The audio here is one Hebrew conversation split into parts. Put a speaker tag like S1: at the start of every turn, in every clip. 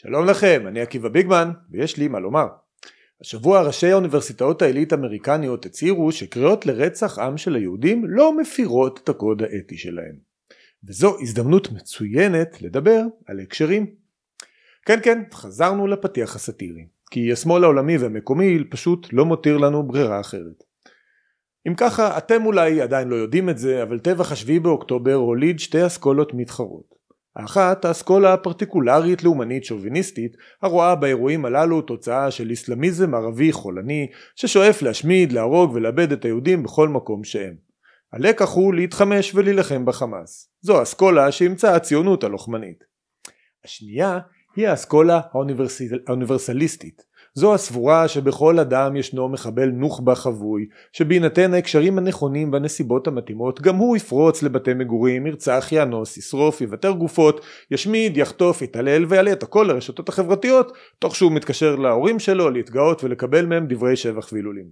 S1: שלום לכם, אני עקיבא ביגמן, ויש לי מה לומר. השבוע ראשי האוניברסיטאות העילית האמריקניות הצהירו שקריאות לרצח עם של היהודים לא מפירות את הקוד האתי שלהם. וזו הזדמנות מצוינת לדבר על הקשרים. כן, חזרנו לפתיח הסאטירי, כי השמאל העולמי והמקומי פשוט לא מותיר לנו ברירה אחרת. אם ככה, אתם אולי עדיין לא יודעים את זה, אבל טבח השביעי באוקטובר הוליד שתי אסכולות מתחרות. האחת, האסכולה הפרטיקולרית לאומנית שוביניסטית, הרואה באירועים הללו תוצאה של אסלאמיזם ערבי חולני, ששואף להשמיד, להרוג ולאבד את היהודים בכל מקום שהם. הלקח הוא להתחמש ולהילחם בחמאס. זו האסכולה שהמצאה הציונות הלוחמנית. השנייה היא האסכולה האוניברסליסטית. זו הסבורה שבכל אדם ישנו מחבל נוח'בה חבוי, שבהינתן ההקשרים הנכונים והנסיבות המתאימות, גם הוא יפרוץ לבתי מגורים, ירצח, יאנוס, ישרוף, יוותר גופות, ישמיד, יחטוף, יתעלל ויעלה את הכל לרשתות החברתיות, תוך שהוא מתקשר להורים שלו להתגאות ולקבל מהם דברי שבח וילולים.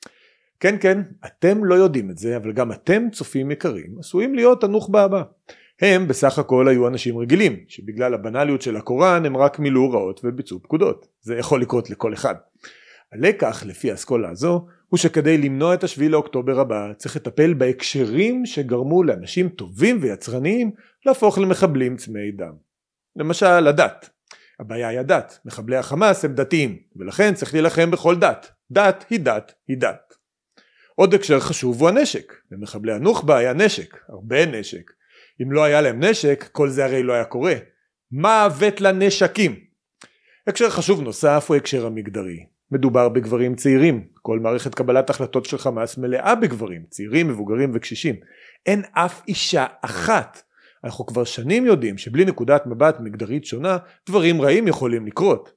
S1: כן, אתם לא יודעים את זה, אבל גם אתם צופים יקרים, עשויים להיות הנוח'בה הבא. הם בסך הכל היו אנשים רגילים, שבגלל הבנליות של הקוראן הם רק מילאו הוראות וביצעו פקודות. זה יכול לקרות לכל אחד. הלקח לפי האסכולה הזו, הוא שכדי למנוע את השביעי לאוקטובר הבא, צריך לטפל בהקשרים שגרמו לאנשים טובים ויצרניים להפוך למחבלים צמאי דם. למשל, הדת. הבעיה היא הדת. מחבלי החמאס הם דתיים, ולכן צריך להילחם בכל דת. דת היא דת היא דת. עוד הקשר חשוב הוא הנשק. למחבלי הנוח'בה היה נשק, הרבה נשק. אם לא היה להם נשק, כל זה הרי לא היה קורה. מוות לנשקים. הקשר חשוב נוסף הוא הקשר המגדרי. מדובר בגברים צעירים. כל מערכת קבלת החלטות של חמאס מלאה בגברים, צעירים, מבוגרים וקשישים. אין אף אישה אחת. אנחנו כבר שנים יודעים שבלי נקודת מבט מגדרית שונה, דברים רעים יכולים לקרות.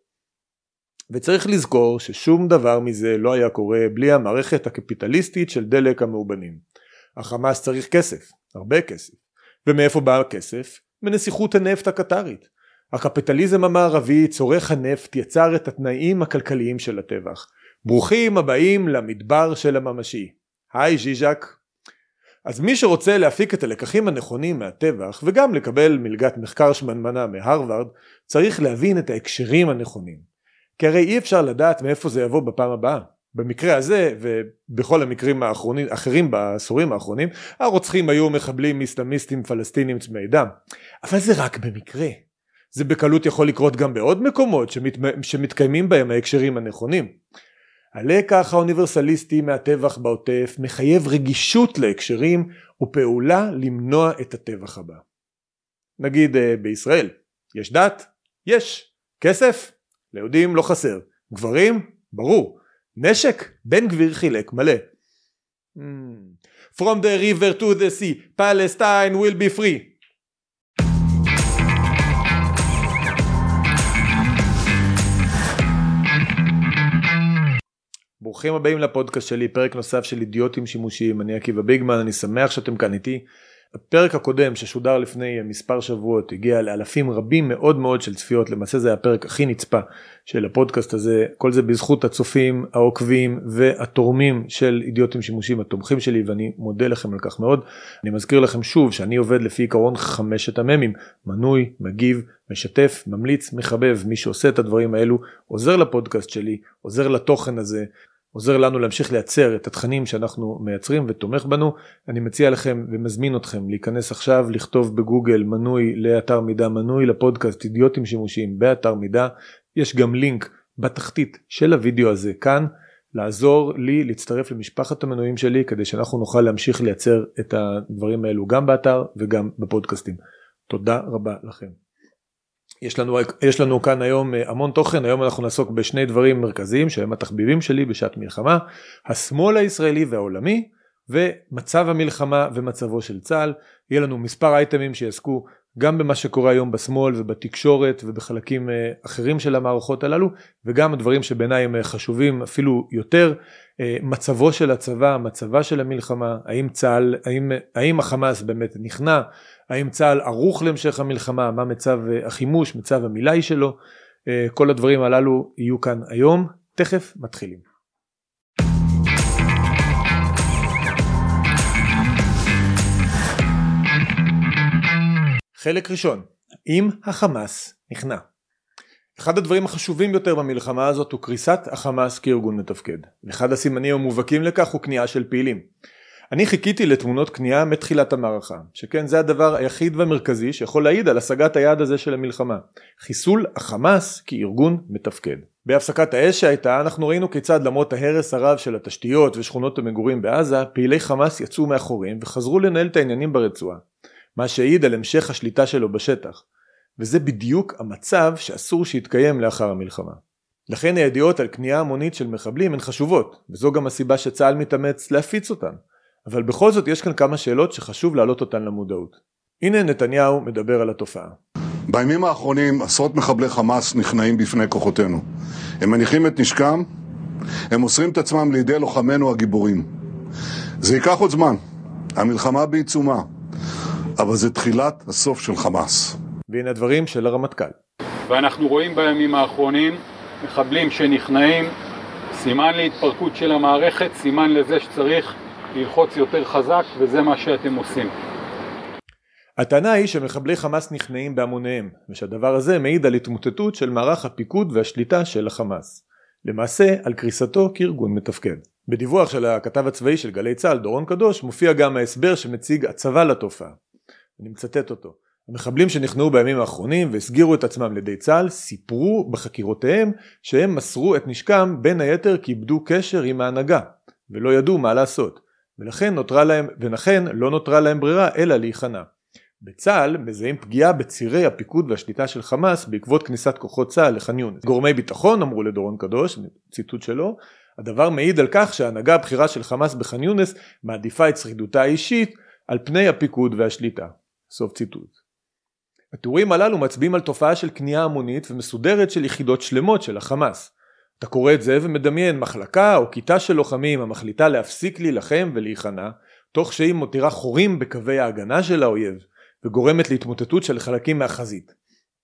S1: וצריך לזכור ששום דבר מזה לא היה קורה בלי המערכת הקפיטליסטית של דלק המאובנים. החמאס צריך כסף, הרבה כסף. ומאיפה בא הכסף? מנסיכות הנפט הקטרית. הקפיטליזם המערבי צורך הנפט יצר את התנאים הכלכליים של הטבח. ברוכים הבאים למדבר של הממשי. היי ז'יז'ק. אז מי שרוצה להפיק את הלקחים הנכונים מהטבח וגם לקבל מלגת מחקר שמנמנה מהרווארד, צריך להבין את ההקשרים הנכונים. כי הרי אי אפשר לדעת מאיפה זה יבוא בפעם הבאה. במקרה הזה ובכל המקרים האחרים בעשורים האחרונים, הרוצחים היו מחבלים אסלאמיסטים פלסטינים צמאי דם. אבל זה רק במקרה. זה בקלות יכול לקרות גם בעוד מקומות שמתקיימים בהם ההקשרים הנכונים. הלקח האוניברסליסטי מהטבח בעוטף מחייב רגישות להקשרים ופעולה למנוע את הטבח הבא. נגיד בישראל, יש דת? יש. כסף? ליהודים לא חסר. גברים? ברור. נשק? בן גביר חילק מלא. From the river to the sea, Palestine will be free. ברוכים הבאים לפודקאסט שלי, פרק נוסף של אידיוטים שימושיים. אני עקיבא ביגמן, אני שמח שאתם כאן איתי. הפרק הקודם ששודר לפני מספר שבועות הגיע לאלפים רבים מאוד מאוד של צפיות. למעשה זה הפרק הכי נצפה של הפודקאסט הזה. כל זה בזכות הצופים, העוקבים והתורמים של אידיוטים שימושיים, התומכים שלי, ואני מודה לכם על כך מאוד. אני מזכיר לכם שוב שאני עובד לפי עיקרון 5 המ"מים: מנוי, מגיב, משתף, ממליץ, מחבב. מי שעושה את הדברים האלו עוזר לפודקאסט שלי, עוזר לתוכן הזה, עוזר לנו להמשיך לייצר את התכנים שאנחנו מייצרים ותומך בנו. אני מציע לכם ומזמין אתכם להיכנס עכשיו, לכתוב בגוגל מנוי לאתר מידע, מנוי לפודקאסט אידיוטים שימושיים באתר מידע. יש גם לינק בתחתית של הוידאו הזה כאן, לעזור לי להצטרף למשפחת המנויים שלי, כדי שאנחנו נוכל להמשיך לייצר את הדברים האלו גם באתר וגם בפודקאסטים. תודה רבה לכם. יש לנו כאן היום המון תוכן. היום אנחנו נעסוק בשני דברים מרכזיים שהם התחביבים שלי בשעת מלחמה: השמאל הישראלי והעולמי, ומצב המלחמה ומצבו של צה"ל. יהיה לנו מספר אייטמים שיעסקו גם במה שקורה היום בשמאל ובתקשורת ובחלקים אחרים של המערכות הללו, וגם הדברים שבעיניי הם חשובים אפילו יותר: מצבו של הצבא, מצבה של המלחמה, האם החמאס באמת נכנע, האם צה"ל ערוך להמשך המלחמה, מה מצב החימוש, מצב המילאי שלו. כל הדברים הללו יהיו כאן היום. תכף מתחילים. חלק ראשון, אם החמאס נכנע. אחד הדברים החשובים ביותר במלחמה הזאת הוא קריסת החמאס כארגון מתפקד. אחד הסימנים המובהקים לכך הוא כניעה של פעילים. אני חיכיתי לתמונות כניעה מתחילת המערכה, שכן זה הדבר היחיד והמרכזי שיכול להעיד על השגת היעד הזה של המלחמה. חיסול החמאס כארגון מתפקד. בהפסקת האש שהייתה אנחנו ראינו כיצד למרות ההרס הרב של התשתיות ושכונות המגורים בעזה, פעילי חמאס יצאו מאחורים וחזרו לנהל את העניינים ברצועה, מה שהעיד על המשך השליטה שלו בשטח. וזה בדיוק המצב שאסור שיתקיים לאחר המלחמה. לכן הידיעות על כניעה המונית של מחבלים הן חשובות, וזו גם הסיבה שצה"ל מתאמץ להפיץ אותן. אבל בכל זאת יש כאן כמה שאלות שחשוב להעלות אותן למודעות. הנה נתניהו מדבר על התופעה.
S2: בימים האחרונים עשרות מחבלי חמאס נכנעים בפני כוחותינו. הם מניחים את נשקם, הם מוסרים את עצמם לידי לוחמינו הגיבורים. זה ייקח עוד זמן, המלחמה בעיצומה, אבל זה תחילת הסוף של חמאס.
S1: והנה הדברים של הרמטכ"ל.
S3: ואנחנו רואים בימים האחרונים מחבלים שנכנעים, סימן להתפרקות של המערכת, סימן לזה שצריך ללחוץ יותר חזק, וזה מה שאתם עושים.
S1: הטענה היא שמחבלי חמאס נכנעים בהמוניהם, ושהדבר הזה מעיד על התמוטטות של מערך הפיקוד והשליטה של החמאס. למעשה על קריסתו כארגון מתפקד. בדיווח של הכתב הצבאי של גלי צה"ל דורון קדוש מופיע גם ההסבר שמציג הצבא לתופעה. אני מצטט אותו. המחבלים שנכנעו בימים האחרונים והסגירו את עצמם לידי צה"ל סיפרו בחקירותיהם שהם מסרו את נשקם בין היתר כי איבדו קשר עם ההנהגה ולא ידעו מה לעשות, ולכן לא נותרה להם ברירה אלא להיכנע. בצה"ל מזהים פגיעה בצירי הפיקוד והשליטה של חמאס בעקבות כניסת כוחות צה"ל לח'אן יונס. גורמי ביטחון אמרו לדורון קדוש, ציטוט שלו, הדבר מעיד על כך שההנהגה הבכירה של חמאס בח'אן יונס מעדיפה את שרידותה האישית על פני הפיקוד והשליטה. סוף ציטוט. התיאורים הללו מצביעים על תופעה של כניעה המונית ומסודרת של יחידות שלמות של החמאס. אתה קורא את זה ומדמיין מחלקה או כיתה של לוחמים המחליטה להפסיק להילחם ולהיכנע, תוך שהיא מותירה חורים בקווי ההגנה של האויב, וגורמת להתמוטטות של חלקים מהחזית.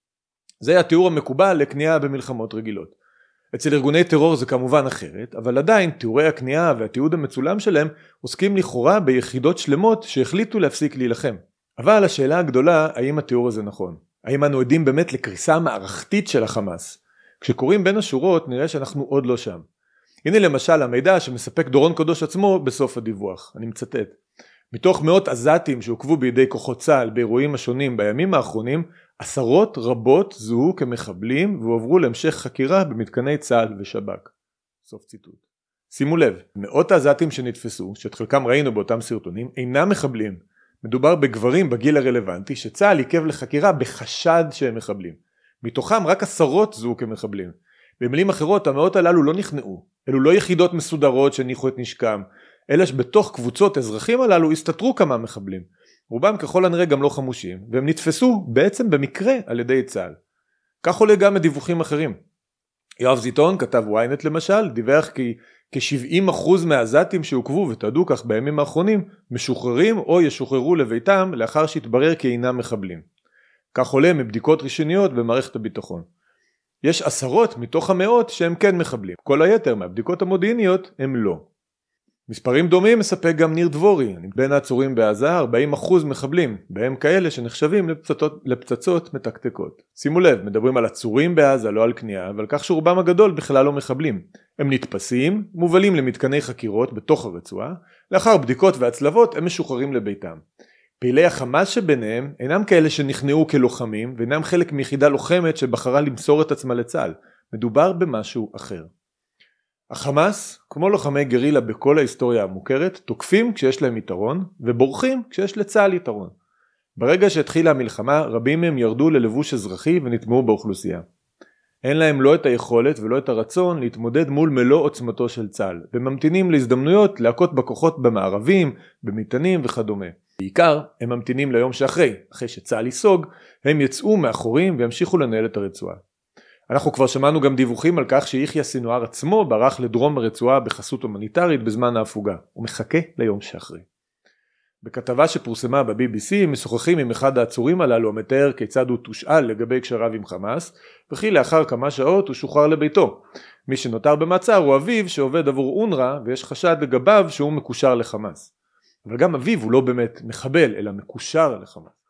S1: זה התיאור המקובל לכניעה במלחמות רגילות. אצל ארגוני טרור זה כמובן אחרת, אבל עדיין תיאורי הכניעה והתיעוד המצולם שלהם עוסקים לכאורה ביחידות שלמות שהחליטו להפסיק להילחם. אבל השאלה הגדולה, האם התיאור הזה נכון? האם אנו עדים באמת לקריסה מערכתית של החמאס? כשקוראים בין השורות נראה שאנחנו עוד לא שם. הנה למשל המידע שמספק דורון קדוש עצמו בסוף הדיווח. אני מצטט. מתוך מאות עזתים שעוקבו בידי כוחות צה"ל באירועים השונים בימים האחרונים, עשרות רבות זוהו כמחבלים והועברו להמשך חקירה במתקני צה"ל ושב"כ. סוף ציטוט. שימו לב, מאות העזתים שנתפסו, שאת חלקם ראינו באותם סרטונים, אינם מחבלים. מדובר בגברים בגיל הרלוונטי שצה"ל עיכב לחקירה בחשד שהם מחבלים. מתוכם רק עשרות זוהו כמחבלים. במילים אחרות, המאות הללו לא נכנעו. אלו לא יחידות מסודרות שהניחו את נשקם, אלא שבתוך קבוצות אזרחים הללו הסתתרו כמה מחבלים. רובם ככל הנראה גם לא חמושים, והם נתפסו בעצם במקרה על ידי צה"ל. כך עולה גם מדיווחים אחרים. יואב זיתון, כתב ynet למשל, דיווח כי כ-70% מהעזתים שעוקבו ותעדו כך בימים האחרונים, משוחררים או ישוחררו לביתם לאחר שהתברר כי אינם מחבלים. כך עולה מבדיקות ראשוניות במערכת הביטחון. יש עשרות מתוך המאות שהם כן מחבלים. כל היתר מהבדיקות המודיעיניות הם לא. מספרים דומים מספק גם ניר דבורי, בין העצורים בעזה 40% מחבלים, בהם כאלה שנחשבים לפצצות מתקתקות. שימו לב, מדברים על עצורים בעזה, לא על כניעה, אבל כך שרובם הגדול בכלל לא מחבלים. הם נתפסים, מובלים למתקני חקירות בתוך הרצועה, לאחר בדיקות והצלבות הם משוחררים לביתם. פעילי החמאס שביניהם אינם כאלה שנכנעו כלוחמים, ואינם חלק מיחידה לוחמת שבחרה למסור את עצמה לצה"ל. מדובר במשהו אחר. החמאס, כמו לוחמי גרילה בכל ההיסטוריה המוכרת, תוקפים כשיש להם יתרון, ובורחים כשיש לצה"ל יתרון. ברגע שהתחילה המלחמה, רבים מהם ירדו ללבוש אזרחי ונטמעו באוכלוסייה. אין להם לא את היכולת ולא את הרצון להתמודד מול מלוא עוצמתו של צה"ל, וממתינים להזדמנויות להכות בכוחות במערבים, במטענים וכדומה. בעיקר הם ממתינים ליום שאחרי, אחרי שצה"ל ייסוג, הם יצאו מאחורים וימשיכו לנהל את הרצועה. אנחנו כבר שמענו גם דיווחים על כך שיחיא סינואר עצמו ברח לדרום הרצועה בחסות הומניטרית בזמן ההפוגה. הוא מחכה ליום שאחרי. בכתבה שפורסמה ב-BBC משוחחים עם אחד העצורים הללו המתאר כיצד הוא תושאל לגבי קשריו עם חמאס, וכי לאחר כמה שעות הוא שוחרר לביתו. מי שנותר במעצר הוא אביו שעובד עבור אונר"א ויש חשד לגביו שהוא מקושר לחמאס. אבל גם אביו הוא לא באמת מחבל אלא מקושר לחמאס.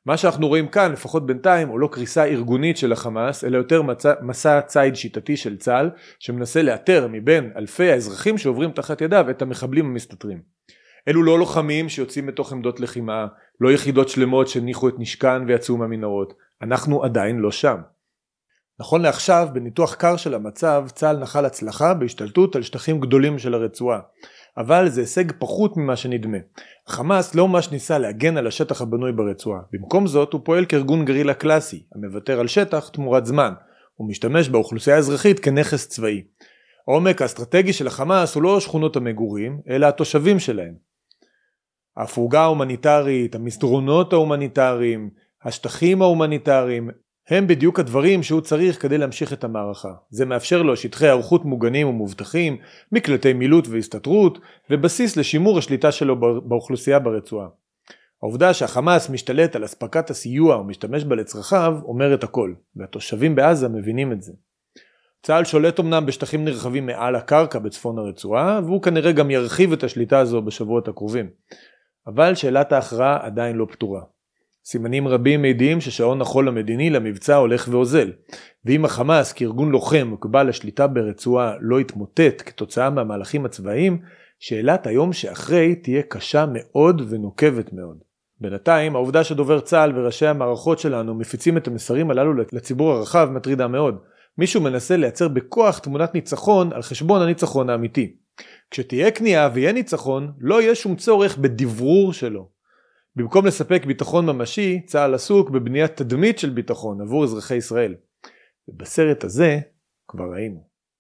S1: מה שאנחנו רואים כאן, לפחות בינתיים, הוא לא קריסה ארגונית של החמאס, אלא יותר מסע ציד שיטתי של צה"ל, שמנסה לאתר מבין אלפי האזרחים שעוברים תחת ידיו את המחבלים המסתתרים. אלו לא לוחמים שיוצאים מתוך עמדות לחימה, לא יחידות שלמות שניחו את נשקן ויצאו מהמנהרות. אנחנו עדיין לא שם. נכון לעכשיו, בניתוח קר של המצב, צה"ל נחל הצלחה בהשתלטות על שטחים גדולים של הרצועה. אבל זה הישג פחות ממה שנדמה. החמאס לא ממש ניסה להגן על השטח הבנוי ברצועה. במקום זאת הוא פועל כארגון גרילה קלאסי, המוותר על שטח תמורת זמן. הוא משתמש באוכלוסייה האזרחית כנכס צבאי. העומק האסטרטגי של החמאס הוא לא שכונות המגורים, אלא התושבים שלהם. ההפוגה ההומניטרית, המסדרונות ההומניטריים, השטחים ההומניטריים, הם בדיוק הדברים שהוא צריך כדי להמשיך את המערכה. זה מאפשר לו שטחי ערכות מוגנים ומובטחים, מקלטי מילוט והסתתרות, ובסיס לשימור השליטה שלו באוכלוסייה ברצועה. העובדה שהחמאס משתלט על אספקת הסיוע ומשתמש בה לצרכיו אומרת הכל, והתושבים בעזה מבינים את זה. צה"ל שולט אמנם בשטחים נרחבים מעל הקרקע בצפון הרצועה, והוא כנראה גם ירחיב את השליטה הזו בשבועות הקרובים. אבל שאלת ההכרעה עדיין לא פתורה. סימנים רבים מעידים ששעון החול המדיני למבצע הולך ואוזל, ואם החמאס כארגון לוחם וקבל השליטה ברצועה לא יתמוטט כתוצאה מהמהלכים הצבאיים, שאלת היום שאחרי תהיה קשה מאוד ונוקבת מאוד. בינתיים, העובדה שדובר צה"ל וראשי המערכות שלנו מפיצים את המסרים הללו לציבור הרחב מטרידה מאוד. מישהו מנסה לייצר בכוח תמונת ניצחון על חשבון הניצחון האמיתי. כשתהיה כניעה ויהיה ניצחון, לא יהיה שום צורך בדברור שלו. במקום לספק ביטחון ממשי, צה"ל עסוק בבניית תדמית של ביטחון עבור אזרחי ישראל. ובסרט הזה כבר ראינו.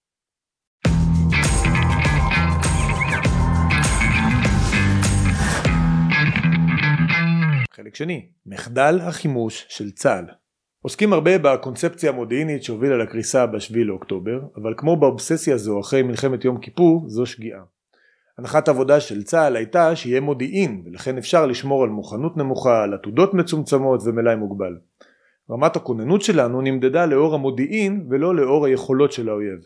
S1: חלק שני, מחדל החימוש של צה"ל. עוסקים הרבה בקונספציה המודיעינית שהובילה לקריסה ב7 לאוקטובר, אבל כמו באובססיה הזו אחרי מלחמת יום כיפור, זו שגיאה. הנחת העבודה של צה"ל הייתה שיהיה מודיעין, ולכן אפשר לשמור על מוכנות נמוכה, על עתודות מצומצמות ומלאי מוגבל. רמת הכוננות שלנו נמדדה לאור המודיעין ולא לאור היכולות של האויב.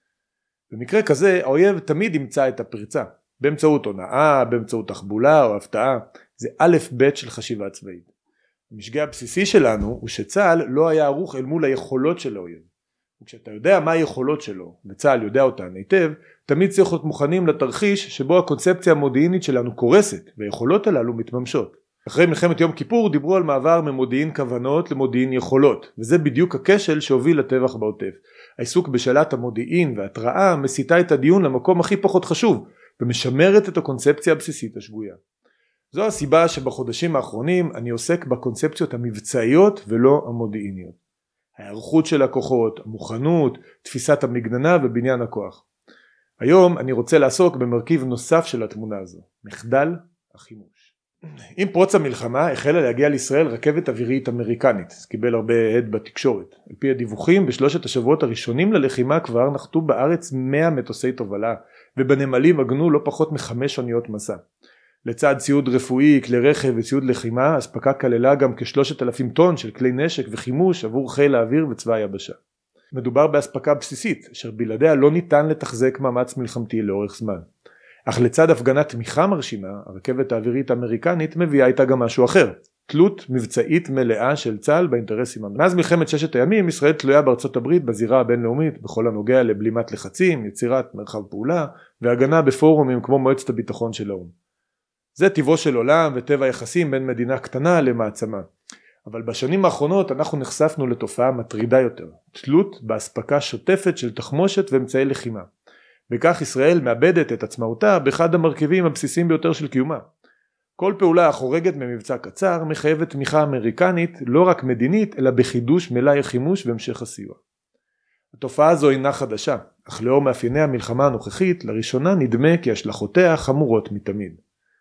S1: במקרה כזה, האויב תמיד ימצא את הפרצה, באמצעות הונאה, באמצעות תחבולה או הפתעה. זה א' ב' של חשיבה צבאית. המשגע הבסיסי שלנו הוא שצה"ל לא היה ערוך אל מול היכולות של האויב. וכשאתה יודע מה היכולות שלו, וצה"ל יודע אותן היטב, תמיד צריך להיות מוכנים לתרחיש שבו הקונספציה המודיעינית שלנו קורסת, והיכולות הללו מתממשות. אחרי מלחמת יום כיפור דיברו על מעבר ממודיעין כוונות למודיעין יכולות, וזה בדיוק הכשל שהוביל לטבח בעוטף. העיסוק בשאלת המודיעין וההתראה מסיטה את הדיון למקום הכי פחות חשוב, ומשמרת את הקונספציה הבסיסית השגויה. זו הסיבה שבחודשים האחרונים אני עוסק בקונספציות המבצעיות ולא המודיעיניות. ההיערכות של הכוחות, המוכנות, תפיסת המגננה ובניין הכוח. היום אני רוצה לעסוק במרכיב נוסף של התמונה הזו, מחדל החימוש. עם פרוץ המלחמה החלה להגיע לישראל רכבת אווירית אמריקנית, קיבל הרבה עד בתקשורת. על פי הדיווחים, בשלושת השבועות הראשונים ללחימה כבר נחתו בארץ 100 מטוסי תובלה, ובנמלים עגנו לא פחות מ5 אוניות מסע. לצד ציוד רפואי, כלי רכב וציוד לחימה, אספקה כללה גם כ3,000 טון של כלי נשק וחימוש עבור חיל האוויר וצבא היבשה. מדובר באספקה בסיסית, אשר בלעדיה לא ניתן לתחזק מאמץ מלחמתי לאורך זמן. אך לצד הפגנת תמיכה מרשימה, הרכבת האווירית האמריקנית מביאה איתה גם משהו אחר, תלות מבצעית מלאה של צה"ל באינטרסים. מאז מלחמת ששת הימים, ישראל תלויה בארצות הברית בזירה הבינלאומית בכל הנוגע לבלימת לחצים, יצירת מרחב פעולה והגנה בפורומים כמו מועצת הביטחון של האו"ם. זה טבעו של עולם וטבע יחסים בין מדינה קטנה למעצמה. אבל בשנים האחרונות אנחנו נחשפנו לתופעה מטרידה יותר, תלות באספקה שוטפת של תחמושת ואמצעי לחימה. וכך ישראל מאבדת את עצמאותה באחד המרכיבים הבסיסיים ביותר של קיומה. כל פעולה החורגת ממבצע קצר מחייבת תמיכה אמריקנית לא רק מדינית אלא בחידוש מלאי החימוש והמשך הסיוע. התופעה הזו אינה חדשה, אך לאור מאפייני המלחמה הנוכחית לראשונה נדמה כי השלכותיה חמורות מתמיד.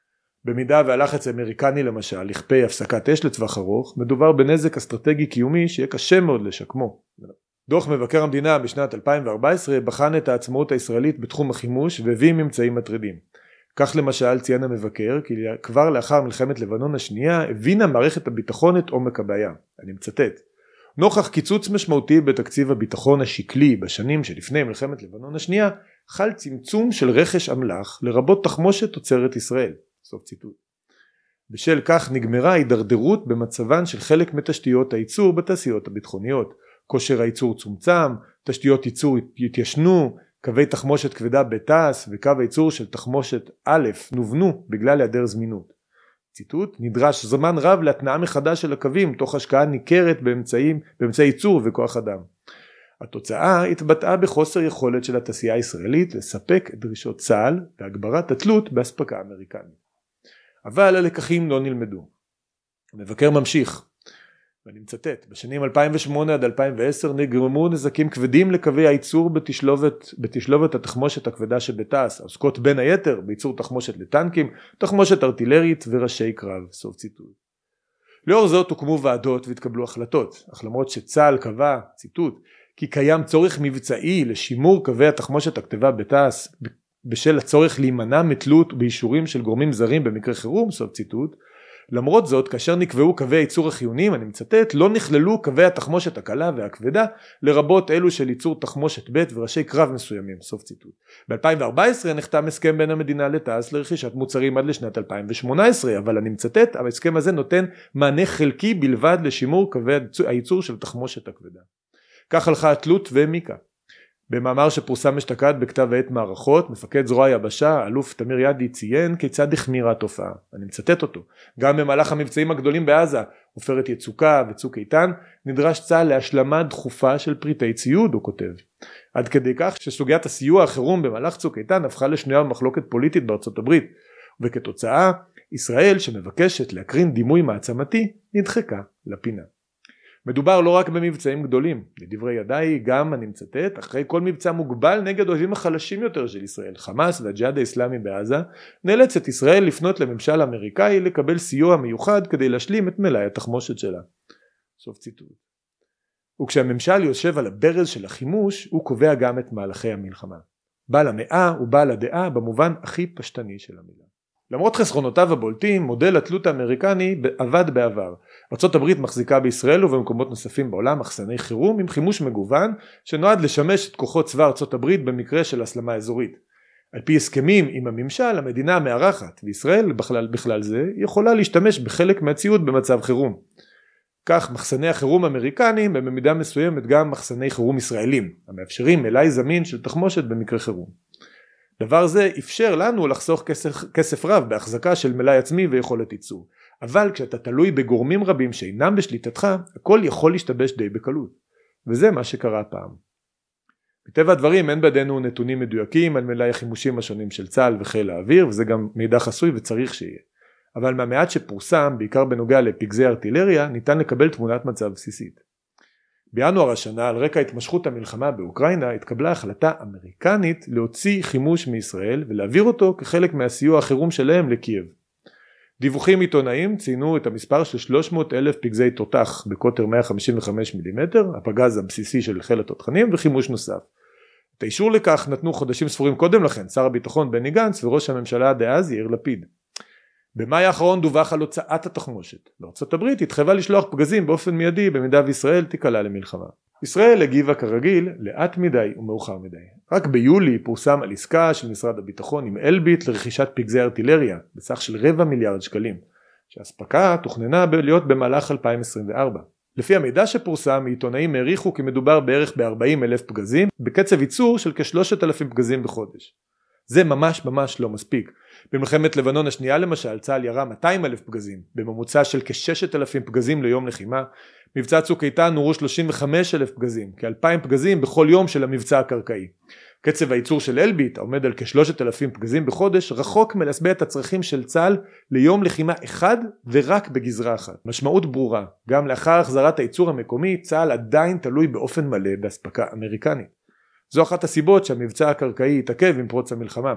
S1: במידה והלחץ האמריקני למשל יכפה הפסקת אש לטווח ארוך, מדובר בנזק אסטרטגי קיומי שיהיה קשה מאוד לשקמו. דוח מבקר המדינה בשנת 2014 בחן את העצמאות הישראלית בתחום החימוש והביא ממצאים מטרידים. כך למשל ציין המבקר כי כבר לאחר מלחמת לבנון השנייה הבינה מערכת הביטחון את עומק הבעיה. אני מצטט: נוכח קיצוץ משמעותי בתקציב הביטחון השקלי בשנים שלפני מלחמת לבנון השנייה, חל צמצום של רכש אמל"ח לרבות תחמושת תוצרת ישראל. סוף ציטוט. בשל כך נגמרה הידרדרות במצבן של חלק מתשתיות הייצור בתעשיות הביטחוניות. כושר הייצור צומצם, תשתיות ייצור התיישנו, קווי תחמושת כבדה בתעש וקו הייצור של תחמושת א' נובנו בגלל היעדר זמינות. ציטוט, נדרש זמן רב להתנעה מחדש של הקווים תוך השקעה ניכרת באמצעי ייצור וכוח אדם. התוצאה התבטאה בחוסר יכולת של התעשייה הישראלית לספק את דרישות צה"ל והגברת התלות באספקה אמריקנית. אבל הלקחים לא נלמדו. המבקר ממשיך, ואני מצטט, בשנים 2008 עד 2010 נגרמו נזקים כבדים לקווי הייצור בתשלובת התחמושת הכבדה שבתעש, העוסקות בין היתר בייצור תחמושת לטנקים, תחמושת ארטילרית וראשי קרב. סוף ציטוט. לאור זאת הוקמו ועדות והתקבלו החלטות, אך למרות שצה"ל קבע, ציטוט, כי קיים צורך מבצעי לשימור קווי התחמושת הכתבה בתעש בשל הצורך להימנע מתלות באישורים של גורמים זרים במקרה חירום, סוף ציטוט, למרות זאת, כאשר נקבעו קווי הייצור החיוניים, אני מצטט, לא נכללו קווי התחמושת הקלה והכבדה, לרבות אלו של ייצור תחמושת ב' וראשי קרב מסוימים, סוף ציטוט. ב-2014 נחתם הסכם בין המדינה לתעש לרכישת מוצרים עד לשנת 2018, אבל אני מצטט, ההסכם הזה נותן מענה חלקי בלבד לשימור קווי הייצור של תחמושת הכבדה. כך הלכה התלות והעמיקה. במאמר שפורסם אשתקד בכתב העת מערכות, מפקד זרוע היבשה, אלוף תמיר ידי, ציין כיצד החמירה התופעה. אני מצטט אותו. גם במהלך המבצעים הגדולים בעזה, עופרת יצוקה וצוק איתן, נדרש צה"ל להשלמה דחופה של פריטי ציוד, הוא כותב. עד כדי כך שסוגיית הסיוע החירום במהלך צוק איתן הפכה לשנויה במחלוקת פוליטית בארצות הברית, וכתוצאה, ישראל שמבקשת להקרין דימוי מעצמתי, נדחקה לפינה. מדובר לא רק במבצעים גדולים, לדברי ידי גם, אני מצטט, אחרי כל מבצע מוגבל נגד אויבים החלשים יותר של ישראל, חמאס והג'יהאד האסלאמי בעזה, נאלצת ישראל לפנות לממשל האמריקאי לקבל סיוע מיוחד כדי להשלים את מלאי התחמושת שלה. סוף ציטוט. וכשהממשל יושב על הברז של החימוש, הוא קובע גם את מהלכי המלחמה. בעל המאה ובעל הדעה במובן הכי פשטני של המילה. למרות חסרונותיו הבולטים, מודל התלות האמריקני עבד בעבר. ארצות הברית מחזיקה בישראל ובמקומות נוספים בעולם מחסני חירום עם חימוש מגוון שנועד לשמש את כוחות צבא ארצות הברית במקרה של הסלמה אזורית. על פי הסכמים עם הממשל, המדינה המארחת וישראל בכלל זה יכולה להשתמש בחלק מהציוד במצב חירום. כך מחסני החירום האמריקניים הם במידה מסוימת גם מחסני חירום ישראלים, המאפשרים מלאי זמין של תחמושת במקרה חירום. דבר זה אפשר לנו לחסוך כסף רב בהחזקה של מלאי עצמי ויכולת ייצור. אבל כשאתה תלוי בגורמים רבים שאינם בשליטתך, הכל יכול להשתבש די בקלות. וזה מה שקרה פעם. בטבע הדברים אין בידינו נתונים מדויקים על מלאי החימושים השונים של צה"ל וחיל האוויר, וזה גם מידע חסוי וצריך שיהיה. אבל מהמעט שפורסם, בעיקר בנוגע לפגזי ארטילריה, ניתן לקבל תמונת מצב בסיסית. בינואר השנה, על רקע התמשכות המלחמה באוקראינה, התקבלה החלטה אמריקנית להוציא חימוש מישראל ולהעביר אותו כחלק מהסיוע החירום שלהם לקייב. דיווחים עיתונאיים ציינו את המספר של 300,000 פגזי תותח בקוטר 155 מילימטר, הפגז הבסיסי של חיל התותחנים וחימוש נוסף. את האישור לכך נתנו חודשים ספורים קודם לכן שר הביטחון בני גנץ וראש הממשלה דאז יאיר לפיד. במאי האחרון דווח על הוצאת התחמושת. בארצות הברית התחייבה לשלוח פגזים באופן מיידי במידה וישראל תיקלע למלחמה. ישראל הגיבה כרגיל לאט מדי ומאוחר מדי. רק ביולי פורסם על עסקה של משרד הביטחון עם אלביט לרכישת פגזי ארטילריה בסך של 250 מיליון שקלים, שהספקה תוכננה להיות במהלך 2024. לפי המידע שפורסם, עיתונאים העריכו כי מדובר בערך ב-40,000 פגזים, בקצב ייצור של כ-3,000 פגזים בחודש. זה ממש לא מספיק. במלחמת לבנון השנייה למשל, צה"ל ירה 200,000 פגזים, בממוצע של כ-6,000 פגזים ליום לחימה. מבצע צוק איתן נורו 35,000 פגזים, כ-2,000 פגזים בכל יום של המבצע הקרקעי. קצב הייצור של אלביט, העומד על כ-3,000 פגזים בחודש, רחוק מלהשביע את הצרכים של צה"ל ליום לחימה אחד ורק בגזרה אחת. משמעות ברורה, גם לאחר החזרת הייצור המקומי, צה"ל עדיין תלוי באופן מלא באספקה אמריקנית. זו אחת הסיבות שהמבצע הקרקעי התעכב עם פרוץ המלחמה.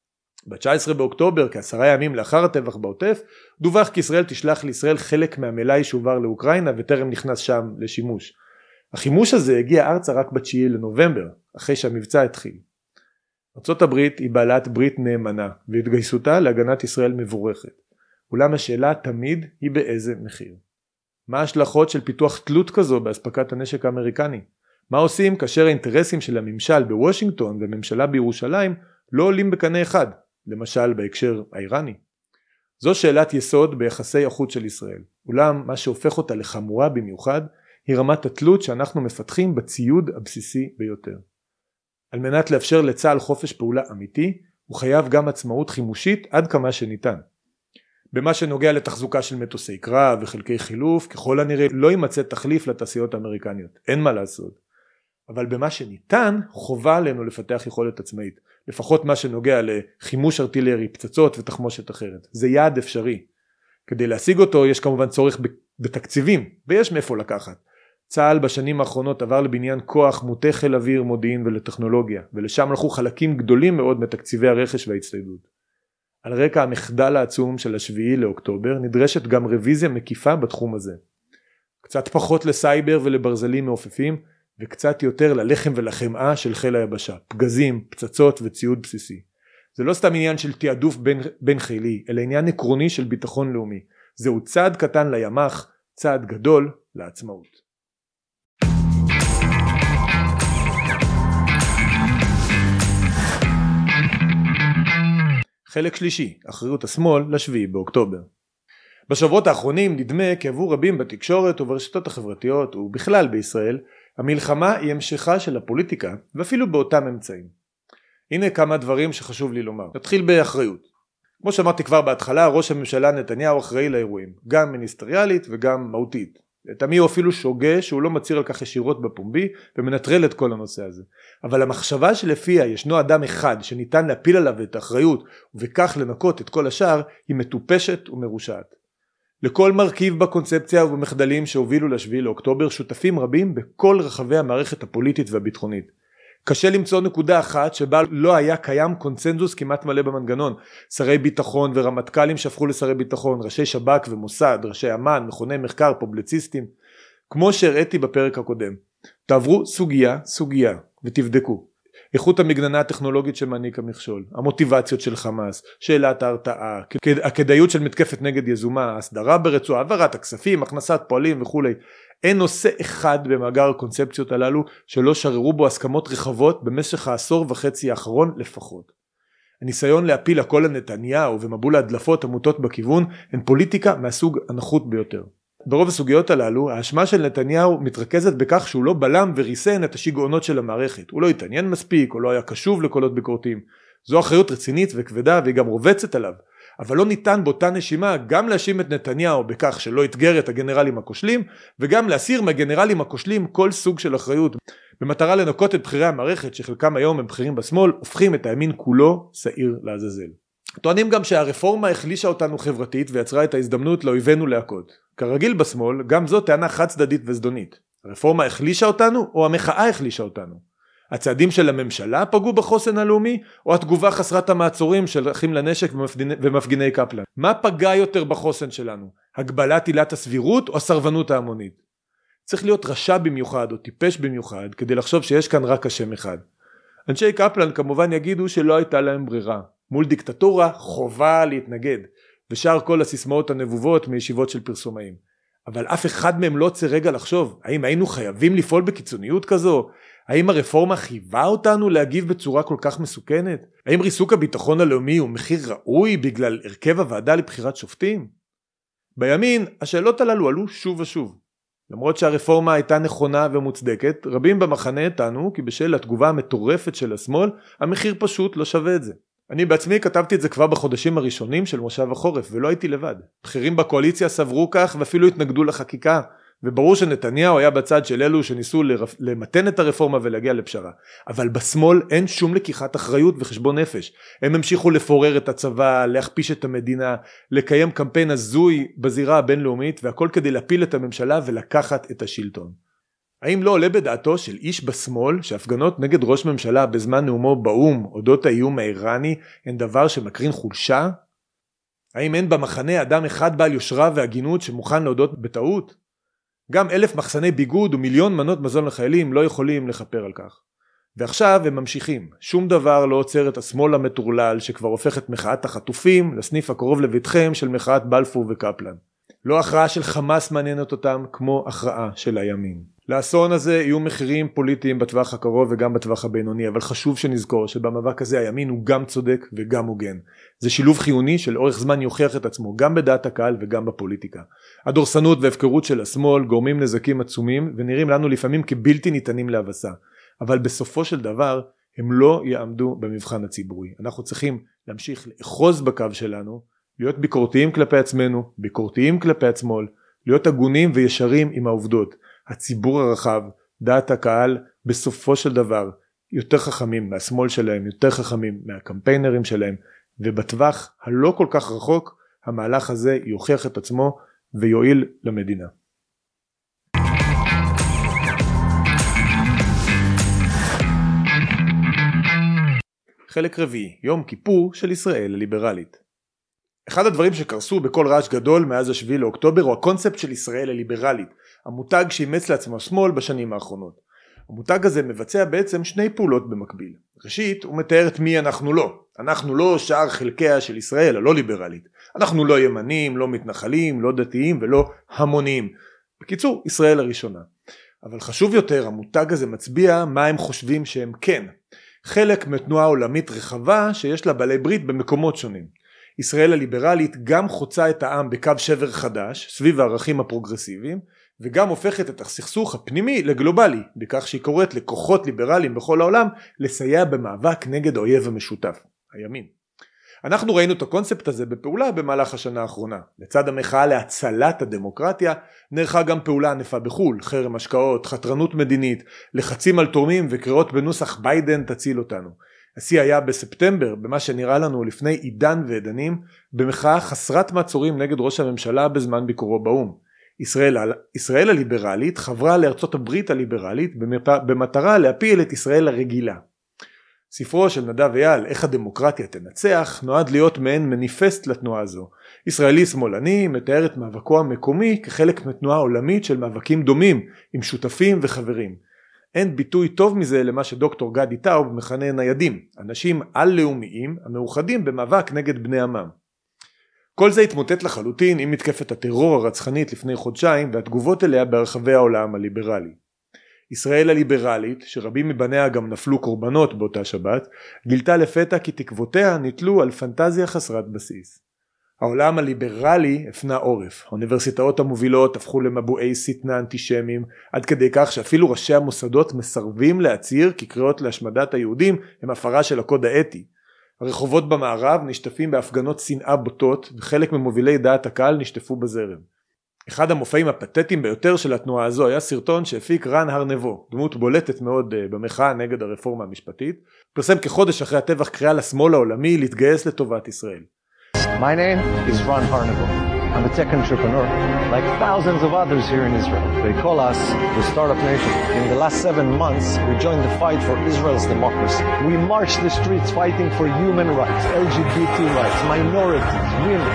S1: ב-19 באוקטובר, כ10 ימים לאחר הטבח בעוטף, דווח כי ישראל תשלח לישראל חלק מהמלאי שהועבר לאוקראינה וטרם נכנס שם לשימוש. החימוש הזה הגיע ארצה רק ב9 לנובמבר, אחרי שהמבצע התחיל. ארצות הברית היא בעלת ברית נאמנה, והתגייסותה להגנת ישראל מבורכת. אולם השאלה תמיד היא באיזה מחיר. מה ההשלכות של פיתוח תלות כזו באספקת הנשק האמריקני? מה עושים כאשר האינטרסים של הממשל בוושינגטון וממשלה בירושלים לא עולים בקנה אחד, למשל בהקשר האיראני? זו שאלת יסוד ביחסי החוץ של ישראל. אולם מה שהופך אותה לחמורה במיוחד היא רמת התלות שאנחנו מפתחים בציוד הבסיסי ביותר. על מנת לאפשר לצה"ל חופש פעולה אמיתי, הוא חייב גם עצמאות חימושית עד כמה שניתן. במה שנוגע לתחזוקה של מטוסי קרב וחלקי חילוף, ככל הנראה לא יימצא תחליף לתעשיות האמריקניות, אין מה לעשות. אבל במה שניתן, חובה עלינו לפתח יכולת עצמאית, לפחות מה שנוגע לחימוש ארטילרי, פצצות ותחמושת אחרת. זה יעד אפשרי. כדי להשיג אותו יש כמובן צורך בתקציבים, ויש מאיפה לקחת. צה"ל בשנים האחרונות עבר לבניין כוח מוטה חיל אוויר, מודיעין ולטכנולוגיה, ולשם הלכו חלקים גדולים מאוד מתקציבי הרכש וההצטיידות. על רקע המחדל העצום של 7 לאוקטובר נדרשת גם רוויזיה מקיפה בתחום הזה. קצת פחות לסייבר ולברזלים מעופפים, וקצת יותר ללחם ולחמאה של חיל היבשה, פגזים, פצצות וציוד בסיסי. זה לא סתם עניין של תיעדוף בין חילי, אלא עניין עקרוני של ביטחון לאומי. זהו צעד קטן לימ"ח, צעד גדול לעצמאות. חלק שלישי, אחריות השמאל ל7 באוקטובר. בשבועות האחרונים נדמה כי עבור רבים בתקשורת וברשתות החברתיות ובכלל בישראל, המלחמה היא המשכה של הפוליטיקה ואפילו באותם אמצעים. הנה כמה דברים שחשוב לי לומר. נתחיל באחריות. כמו שאמרתי כבר בהתחלה, ראש הממשלה נתניהו אחראי לאירועים, גם מיניסטריאלית וגם מהותית. לטעמי הוא אפילו שוגה שהוא לא מצהיר על כך ישירות בפומבי ומנטרל את כל הנושא הזה. אבל המחשבה שלפיה ישנו אדם אחד שניתן להפיל עליו את האחריות וכך לנקות את כל השאר היא מטופשת ומרושעת. לכל מרכיב בקונספציה ובמחדלים שהובילו ל7 לאוקטובר שותפים רבים בכל רחבי המערכת הפוליטית והביטחונית. קשה למצוא נקודה אחת שבה לא היה קיים קונצנזוס כמעט מלא במנגנון. שרי ביטחון ורמטכ"לים שהפכו לשרי ביטחון, ראשי שב"כ ומוסד, ראשי אמ"ן, מכוני מחקר, פובליציסטים. כמו שהראיתי בפרק הקודם, תעברו סוגיה ותבדקו. איכות המגננה הטכנולוגית שמעניק המכשול, המוטיבציות של חמאס, שאלת ההרתעה, הכדאיות של מתקפת נגד יזומה, הסדרה ברצועה, העברת הכספים, הכנסת פועלים וכו'. אין נושא אחד במאגר הקונספציות הללו שלא שררו בו הסכמות רחבות במשך העשור וחצי האחרון לפחות. הניסיון להפיל הכל לנתניהו ומבול ההדלפות המוטות בכיוון הן פוליטיקה מהסוג הנחות ביותר. ברוב הסוגיות הללו, האשמה של נתניהו מתרכזת בכך שהוא לא בלם וריסן את השיגעונות של המערכת. הוא לא התעניין מספיק, או לא היה קשוב לקולות ביקורתיים. זו אחריות רצינית וכבדה והיא גם רובצת עליו. אבל לא ניתן באותה נשימה גם להאשים את נתניהו בכך שלא התגר את הגנרלים הכושלים, וגם להסיר מהגנרלים הכושלים כל סוג של אחריות. במטרה לנקות את בחירי המערכת, שחלקם היום הם בכירים בשמאל, הופכים את הימין כולו שעיר לעזאזל. טוענים גם שהרפורמה החלישה אותנו חברתית ויצרה את ההזדמנות לאויבינו להכות. כרגיל בשמאל, גם זו טענה חד צדדית וזדונית. הרפורמה החלישה אותנו או המחאה החלישה אותנו? הצעדים של הממשלה פגעו בחוסן הלאומי או התגובה חסרת המעצורים של אחים לנשק ומפגיני קפלן? מה פגע יותר בחוסן שלנו? הגבלת עילת הסבירות או הסרבנות ההמונית? צריך להיות רשע במיוחד או טיפש במיוחד כדי לחשוב שיש כאן רק השם אחד. אנשי קפלן כמובן יגידו שלא הייתה להם ברירה. מול דיקטטורה חובה להתנגד, ושאר כל הסיסמאות הנבובות מישיבות של פרסומאים. אבל אף אחד מהם לא צריך רגע לחשוב, האם היינו חייבים לפעול בקיצוניות כזו? האם הרפורמה חייבה אותנו להגיב בצורה כל כך מסוכנת? האם ריסוק הביטחון הלאומי הוא מחיר ראוי בגלל הרכב הוועדה לבחירת שופטים? בימין השאלות הללו עלו שוב ושוב. למרות שהרפורמה הייתה נכונה ומוצדקת, רבים במחנה טענו כי בשל התגובה המטורפת של השמאל, המחיר פשוט לא שווה את זה. אני בעצמי כתבתי את זה כבר בחודשים הראשונים של מושב החורף, ולא הייתי לבד. בכירים בקואליציה סברו כך ואפילו התנגדו לחקיקה, וברור שנתניהו היה בצד של אלו שניסו למתן את הרפורמה ולהגיע לפשרה. אבל בשמאל אין שום לקיחת אחריות וחשבון נפש. הם המשיכו לפורר את הצבא, להכפיש את המדינה, לקיים קמפיין הזוי בזירה הבינלאומית, והכל כדי להפיל את הממשלה ולקחת את השלטון. האם לא עולה בדעתו של איש בשמאל שהפגנות נגד ראש ממשלה בזמן נאומו באום אודות האיום האיראני הן דבר שמקרין חולשה? האם אין במחנה אדם אחד בעל יושרה והגינות שמוכן להודות בטעות? גם 1,000 מחסני ביגוד ומיליון מנות מזון לחיילים לא יכולים לכפר על כך. ועכשיו הם ממשיכים. שום דבר לא עוצר את השמאל המטורלל שכבר הופך את מחאת החטופים לסניף הקרוב לביתכם של מחאת בלפור וקפלן. לא הכרעה של חמאס מעניינת אותם כמו הכרעה של הימין. לאסון הזה יהיו מחירים פוליטיים בטווח הקרוב וגם בטווח הבינוני, אבל חשוב שנזכור שבמאבק הזה הימין הוא גם צודק וגם הוגן. זה שילוב חיוני של אורך זמן יוכיח את עצמו גם בדעת הקהל וגם בפוליטיקה. הדורסנות וההפקרות של השמאל גורמים נזקים עצומים ונראים לנו לפעמים כבלתי ניתנים להבסה, אבל בסופו של דבר הם לא יעמדו במבחן הציבורי. אנחנו צריכים להמשיך לאחוז בקו שלנו, להיות ביקורתיים כלפי עצמנו, ביקורתיים כלפי השמאל, להיות הגונים וישרים עם העובדות. הציבור הרחב, דעת הקהל, בסופו של דבר יותר חכמים מהשמאל שלהם, יותר חכמים מהקמפיינרים שלהם, ובטווח הלא כל כך רחוק המהלך הזה יוכיח את עצמו ויועיל למדינה. חלק רביעי, יום כיפור של ישראל הליברלית. אחד הדברים שקרסו בכל רעש גדול מאז ה7 לאוקטובר הוא הקונספט של ישראל הליברלית, המותג שאימץ לעצמו שמאל בשנים האחרונות. המותג הזה מבצע בעצם שני פעולות במקביל. ראשית, הוא מתאר את מי אנחנו לא. אנחנו לא שאר חלקיה של ישראל הלא ליברלית. אנחנו לא ימנים, לא מתנחלים, לא דתיים ולא המוניים. בקיצור, ישראל הראשונה. אבל חשוב יותר, המותג הזה מצביע מה הם חושבים שהם כן. חלק מתנועה עולמית רחבה שיש לה בעלי ברית במקומות שונים. ישראל הליברלית גם חוצה את העם בקו שבר חדש סביב הערכים הפרוגרסיביים, וגם הופכת את הסכסוך הפנימי לגלובלי, בכך שהיא קוראת לכוחות ליברליים בכל העולם לסייע במאבק נגד האויב המשותף, הימין. אנחנו ראינו את הקונספט הזה בפעולה במהלך השנה האחרונה. לצד המחאה להצלת הדמוקרטיה, נערכה גם פעולה ענפה בחול, חרם השקעות, חתרנות מדינית, לחצים על תורמים וקריאות בנוסח ביידן תציל אותנו. השיא היה בספטמבר, במה שנראה לנו לפני עידן ועדנים, במחאה חסרת מעצורים נגד ראש הממשלה בזמן ביקורו באו"ם. ישראל הליברלית חברה לארצות הברית הליברלית במטרה להפיל את ישראל הרגילה. ספרו של נדב אייל, איך הדמוקרטיה תנצח, נועד להיות מעין מניפסט לתנועה הזו. ישראלי שמאלני מתאר את מאבקו המקומי כחלק מתנועה עולמית של מאבקים דומים, עם שותפים וחברים. אין ביטוי טוב מזה למה שדוקטור גדי טאוב מכנה ניידים, אנשים על-לאומיים המאוחדים במאבק נגד בני עמם. כל זה התמוטט לחלוטין עם מתקפת הטרור הרצחנית לפני חודשיים והתגובות אליה ברחבי העולם הליברלי. ישראל הליברלית, שרבים מבניה גם נפלו קורבנות באותה שבת, גילתה לפתע כי תקוותיה ניתלו על פנטזיה חסרת בסיס. העולם הליברלי הפנה עורף. האוניברסיטאות המובילות הפכו למבועי שטנה אנטישמיים, עד כדי כך שאפילו ראשי המוסדות מסרבים להצהיר כי קריאות להשמדת היהודים הם הפרה של הקוד האתי. הרחובות במערב נשטפים בהפגנות שנאה בוטות, וחלק ממובילי דעת הקהל נשטפו בזרם. אחד המופעים הפתטיים ביותר של התנועה הזו היה סרטון שהפיק רן הרנבו, דמות בולטת מאוד במחאה נגד הרפורמה המשפטית, פרסם כחודש אחרי הטבח קריאה לשמאל העולמי להתגייס לטובת ישראל.
S4: My name is Ron Harnavel. I'm a tech entrepreneur, like thousands of others here in Israel. They call us the Startup Nation. In the last 7 months, we joined the fight for Israel's democracy. We marched the streets fighting for human rights, LGBT rights, minorities, women.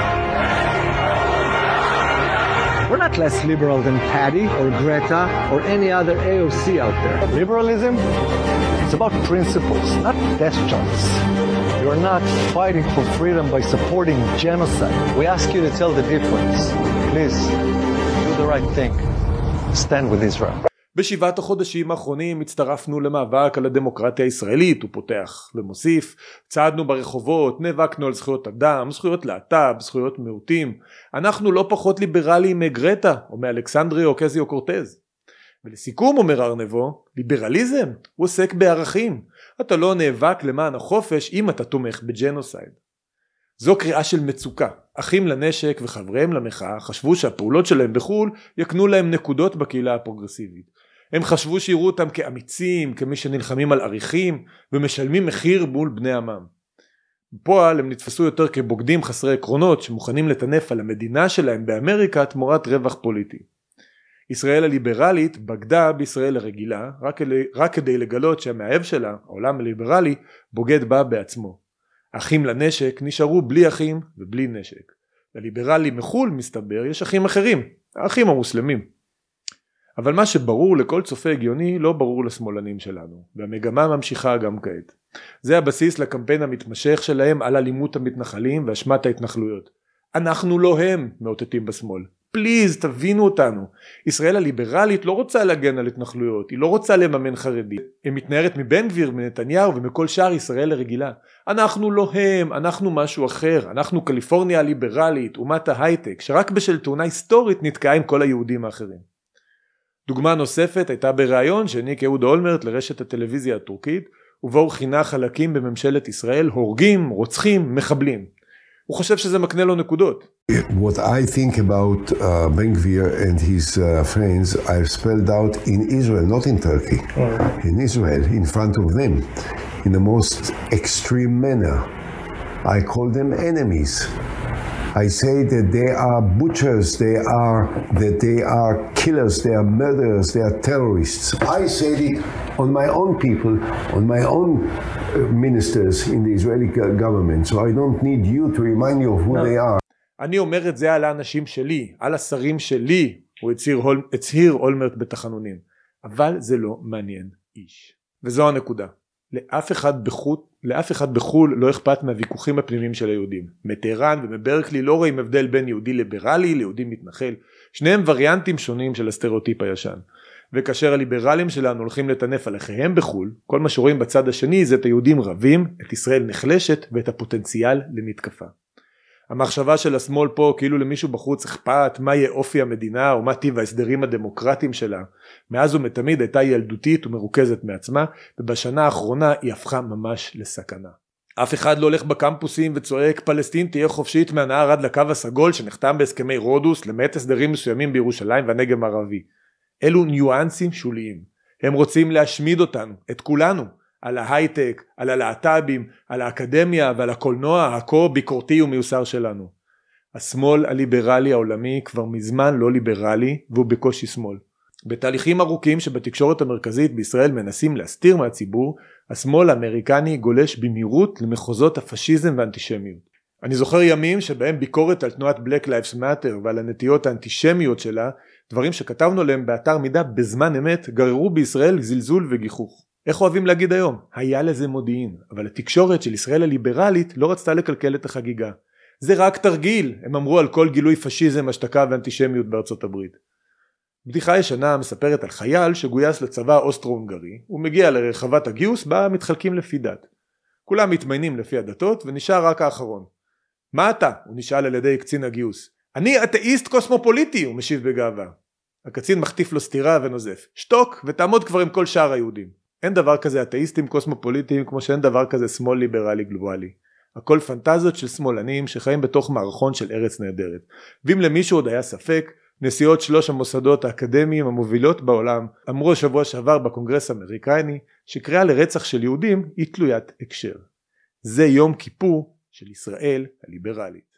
S4: We're not less liberal than Patty or Greta or any other AOC out there. Liberalism, it's about principles, not death jobs. You're not fighting for freedom by supporting genocide. We ask you to tell the difference. Please, do the right thing. Stand with Israel.
S1: בשבעת החודשים האחרונים הצטרפנו למאבק על הדמוקרטיה הישראלית, הוא פותח ומוסיף, צעדנו ברחובות, נאבקנו על זכויות אדם, זכויות להט"ב, זכויות מיעוטים, אנחנו לא פחות ליברליים מגרטה או מאלכסנדרי אוקזיו קורטז. ולסיכום אומר ארנבו, ליברליזם הוא עוסק בערכים, אתה לא נאבק למען החופש אם אתה תומך בג'נוסייד. זו קריאה של מצוקה. אחים לנשק וחבריהם למחאה חשבו שהפעולות שלהם בחול יקנו להם נקודות בקהילה הפרוגרסיבית. הם חשבו שיראו אותם כאמיצים, כמי שנלחמים על עריכים ומשלמים מחיר מול בני עמם. בפועל הם נתפסו יותר כבוגדים חסרי עקרונות שמוכנים לטנף על המדינה שלהם באמריקה תמורת רווח פוליטי. ישראל הליברלית בגדה בישראל הרגילה רק כדי לגלות שהמאהב שלה, העולם הליברלי, בוגד בה בעצמו. אחים לנשק נשארו בלי אחים ובלי נשק. לליברלי מחול מסתבר יש אחים אחרים, האחים המוסלמים. אבל מה שברור לכל צופה הגיוני לא ברור לשמאלנים שלנו, והמגמה ממשיכה גם כעת. זה הבסיס לקמפיין המתמשך שלהם על אלימות המתנחלים ואשמת ההתנחלויות. אנחנו לא הם מאותתים בשמאל, פליז, תבינו אותנו. ישראל הליברלית לא רוצה להגן על התנחלויות, היא לא רוצה לממן חרדי. היא מתנערת מבן גביר, מנתניהו ומכל שאר ישראל הרגילה. אנחנו לא הם, אנחנו משהו אחר, אנחנו קליפורניה הליברלית, אומת ההייטק, שרק בשל תאונה היסטורית נתקעה עם כל היהודים האחרים. דוגמה נוספת הייתה בראיון שהעניק אהוד אולמרט לרשת הטלוויזיה הטורקית, ובו הוא כינה חלקים בממשלת ישראל הורגים, רוצחים, מחבלים. הוא חושב שזה מקנה לו נקודות.
S5: What I think about Ben Gvir and his friends I've spelled out in Israel, not in Turkey. In Israel, in front of them, in the most extreme manner. I call them enemies. I say that they are butchers, that they are killers, they are murderers, they are terrorists. I said it on my own people, on my own ministers in the Israeli government, so I don't need you to remind you of who they are.
S1: אני אומר את זה על האנשים שלי, על השרים שלי, הוא הצהיר אולמרט בתחנונים. אבל זה לא מעניין איש. וזו הנקודה. לאף אחד בחול לא אכפת מהוויכוחים הפנימיים של היהודים. מטהרן ומברקלי לא רואים הבדל בין יהודי ליברלי ליהודי מתנחל. שניהם וריאנטים שונים של הסטריאוטיפ הישן. וכאשר הליברלים שלנו הולכים לטנף על אחיהם בחול, כל מה שרואים בצד השני זה את היהודים רבים, את ישראל נחלשת ואת הפוטנציאל למתקפה. המחשבה של השמאל פה כאילו למישהו בחוץ אכפת מה יהיה אופי המדינה או מה טיב ההסדרים הדמוקרטיים שלה. מאז ומתמיד הייתה ילדותית ומרוכזת מעצמה, ובשנה האחרונה היא הפכה ממש לסכנה. אף אחד לא הולך בקמפוסים וצועק פלסטין תהיה חופשית מהנהר עד לקו הסגול שנחתם בהסכמי רודוס למעט הסדרים מסוימים בירושלים והנגב המערבי. אלו ניואנסים שוליים. הם רוצים להשמיד אותנו, את כולנו. על ההייטק, על הלהט"בים, על האקדמיה ועל הקולנוע הכה ביקורתי ומיוסר שלנו. השמאל הליברלי העולמי כבר מזמן לא ליברלי והוא בקושי שמאל. בתהליכים ארוכים שבתקשורת המרכזית בישראל מנסים להסתיר מהציבור, השמאל האמריקני גולש במהירות למחוזות הפשיזם והאנטישמיות. אני זוכר ימים שבהם ביקורת על תנועת Black Lives Matter ועל הנטיות האנטישמיות שלה, דברים שכתבנו להם באתר מידע בזמן אמת, גררו בישראל זלזול וגיחוך. איך אוהבים להגיד היום? היה לזה מודיעין, אבל התקשורת של ישראל הליברלית לא רצתה לקלקל את החגיגה. זה רק תרגיל, הם אמרו על כל גילוי פשיזם, השתקה ואנטישמיות בארצות הברית. בדיחה ישנה מספרת על חייל שגויס לצבא האוסטרו-הונגרי, הוא מגיע לרחבת הגיוס בה מתחלקים לפי דת. כולם מתמיינים לפי הדתות ונשאר רק האחרון. מה אתה? הוא נשאל על ידי קצין הגיוס. אני אתאיסט קוסמופוליטי, הוא משיב בגאווה. הקצין מחטיף לו סתירה ונוזף. שתוק ותעמוד כבר עם כל שאר היהודים. אין דבר כזה אתאיסטים קוסמופוליטיים כמו שאין דבר כזה שמאל ליברלי גלובלי. הכל פנטזיות של שמאלנים שחיים בתוך מערכון של ארץ נהדרת. ואם למישהו עוד היה ספק, נשיאות 3 המוסדות האקדמיים המובילות בעולם אמרו שבוע שעבר בקונגרס האמריקני שקריאה לרצח של יהודים היא תלוית הקשר. זה יום כיפור של ישראל הליברלית.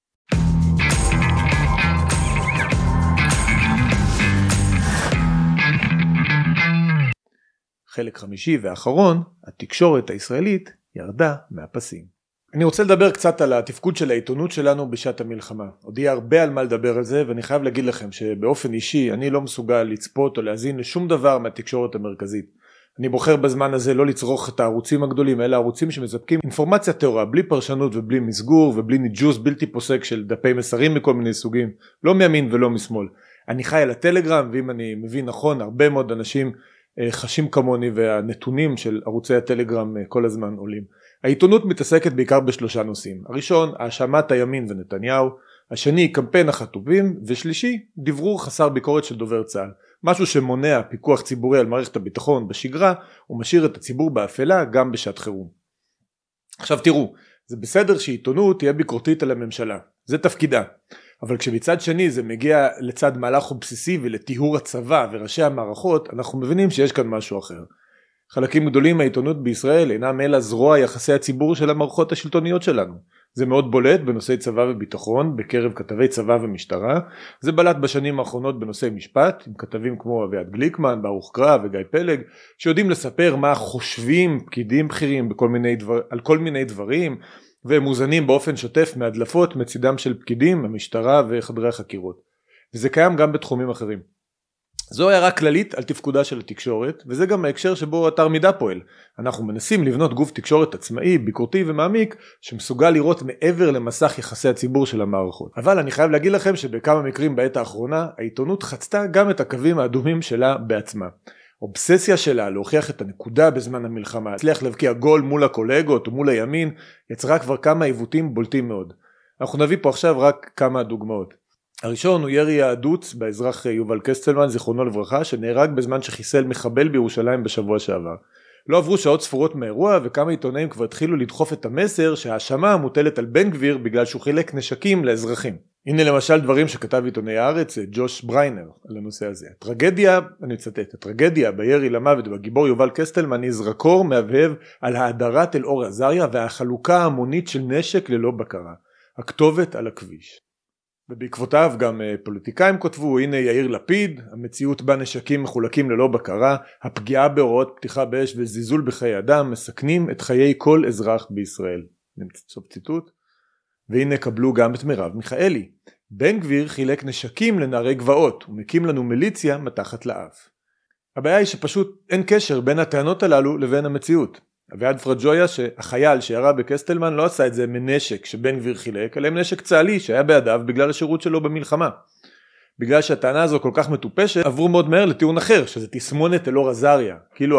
S1: חלק חמישי ואחרון, התקשורת הישראלית ירדה מהפסים. אני רוצה לדבר קצת על התפקוד של העיתונות שלנו בשעת המלחמה. עוד יהיה הרבה על מה לדבר על זה, ואני חייב להגיד לכם שבאופן אישי אני לא מסוגל לצפות או להזין לשום דבר מהתקשורת המרכזית. אני בוחר בזמן הזה לא לצרוך את הערוצים הגדולים, אלא הערוצים שמספקים אינפורמציה טהורה, בלי פרשנות ובלי מסגור ובלי ניג'וס בלתי פוסק של דפי מסרים מכל מיני סוגים, לא מימין ולא משמאל. אני חי על הטלגרם, ואם אני מבין נכון, הרבה מאוד אנשים חשים כמוני, והנתונים של ערוצי הטלגרם כל הזמן עולים. העיתונות מתעסקת בעיקר בשלושה נושאים. הראשון, האשמת הימין ונתניהו. השני, קמפיין החטופים. ושלישי, דברור חסר ביקורת של דובר צה"ל. משהו שמונע פיקוח ציבורי על מערכת הביטחון בשגרה, ומשאיר את הציבור באפלה גם בשעת חירום. עכשיו תראו, זה בסדר שעיתונות תהיה ביקורתית על הממשלה. זה תפקידה. אבל כשבצד שני זה מגיע לצד מהלך אובססיבי לטיהור הצבא וראשי המערכות, אנחנו מבינים שיש כאן משהו אחר. חלקים גדולים מהעיתונות בישראל אינם אלא זרוע יחסי הציבור של המערכות השלטוניות שלנו. זה מאוד בולט בנושאי צבא וביטחון, בקרב כתבי צבא ומשטרה. זה בלט בשנים האחרונות בנושאי משפט, עם כתבים כמו אביעד גליקמן, ברוך קרא וגיא פלג, שיודעים לספר מה חושבים פקידים בכירים על כל מיני דברים, והם מוזנים באופן שוטף מהדלפות מצידם של פקידים, המשטרה וחדרי החקירות. וזה קיים גם בתחומים אחרים. זו הערה כללית על תפקודה של התקשורת, וזה גם ההקשר שבו אתר מידע פועל. אנחנו מנסים לבנות גוף תקשורת עצמאי, ביקורתי ומעמיק, שמסוגל לראות מעבר למסך יחסי הציבור של המערכות. אבל אני חייב להגיד לכם שבכמה מקרים בעת האחרונה, העיתונות חצתה גם את הקווים האדומים שלה בעצמה. אובססיה שלה להוכיח את הנקודה בזמן המלחמה, הצליח להבקיע גול מול הקולגות או מול הימין, יצרה כבר כמה עיוותים בולטים מאוד. אנחנו נביא פה עכשיו רק כמה דוגמאות. הראשון הוא ירי הדוץ באזרח יובל קסטלמן, זיכרונו לברכה, שנהרג בזמן שחיסל מחבל בירושלים בשבוע שעבר. לא עברו שעות ספורות מהאירוע, וכמה עיתונאים כבר התחילו לדחוף את המסר שההאשמה מוטלת על בן גביר בגלל שהוא חילק נשקים לאזרחים. הנה למשל דברים שכתב עיתונאי הארץ, ג'וש בריינר, על הנושא הזה. אני מצטט, הטרגדיה בירי למוות בגיבור יובל קסטלמן היא זרקור מהבהב על האדרת אלאור עזריה והחלוקה המונית של נשק ללא בקרה. הכתובת על הכביש. ובעקבותיו גם פוליטיקאים כותבו, הנה יאיר לפיד, המציאות בה נשקים מחולקים ללא בקרה, הפגיעה בהוראות פתיחה באש וזיזול בחיי אדם מסכנים את חיי כל אזרח בישראל. סוף ציטוט. והנה קבלו גם את מרב מיכאלי. בן גביר חילק נשקים לנערי גבעות ומקים לנו מיליציה מתחת לאף. הבעיה היא שפשוט אין קשר בין הטענות הללו לבין המציאות. אביעד פרג'ויה שהחייל שירה בקסטלמן לא עשה את זה מנשק שבן גביר חילק, אלא עם נשק צה"לי שהיה בידיו בגלל השירות שלו במלחמה. בגלל שהטענה הזו כל כך מטופשת, עברו מאוד מהר לטיעון אחר, שזה תסמונת אלאור עזריה. כאילו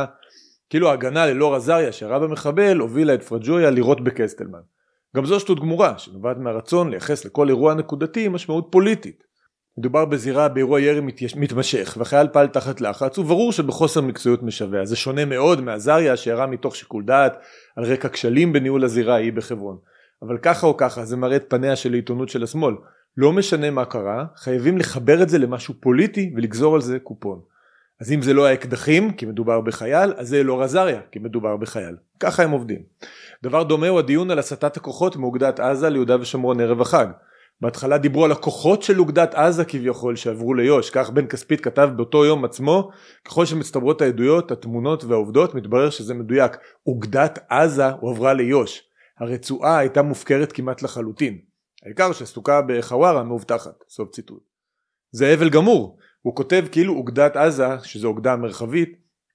S1: ההגנה לאלאור עזריה שירה במחבל הובילה את פרג'ויה לירות בקסטלמן. גם זו שטות גמורה, שנובעת מהרצון לייחס לכל אירוע נקודתי משמעות פוליטית. מדובר בזירה באירוע ירי מתמשך, והחייל פעל תחת לחץ, וברור שבחוסר מקצועיות משווע. זה שונה מאוד מעזריה שירה מתוך שיקול דעת על רקע כשלים בניהול הזירה ההיא בחברון. אבל ככה או ככה, זה מראה את פניה של העיתונות של השמאל. לא משנה מה קרה, חייבים לחבר את זה למשהו פוליטי ולגזור על זה קופון. אז אם זה לא האקדחים, כי מדובר בחייל, אז זה אלאור עזריה, כי מדובר בחייל. ככה הם עובדים. דבר דומה הוא הדיון על הסטת הכוחות מאוגדת עזה ליהודה ושומרון ערב החג. בהתחלה דיברו על הכוחות של אוגדת עזה כביכול שעברו ליו"ש, כך בן כספית כתב באותו יום עצמו, ככל שמצטברות העדויות, התמונות והעובדות, מתברר שזה מדויק. אוגדת עזה הועברה ליו"ש. הרצועה הייתה מופקרת כמעט לחלוטין. העיקר שסוכה בחווארה מאובטחת. סוף ציטוט. זה אבל גמור. הוא כותב כאילו אוגדת עזה, שזו אוגדה מרחבית,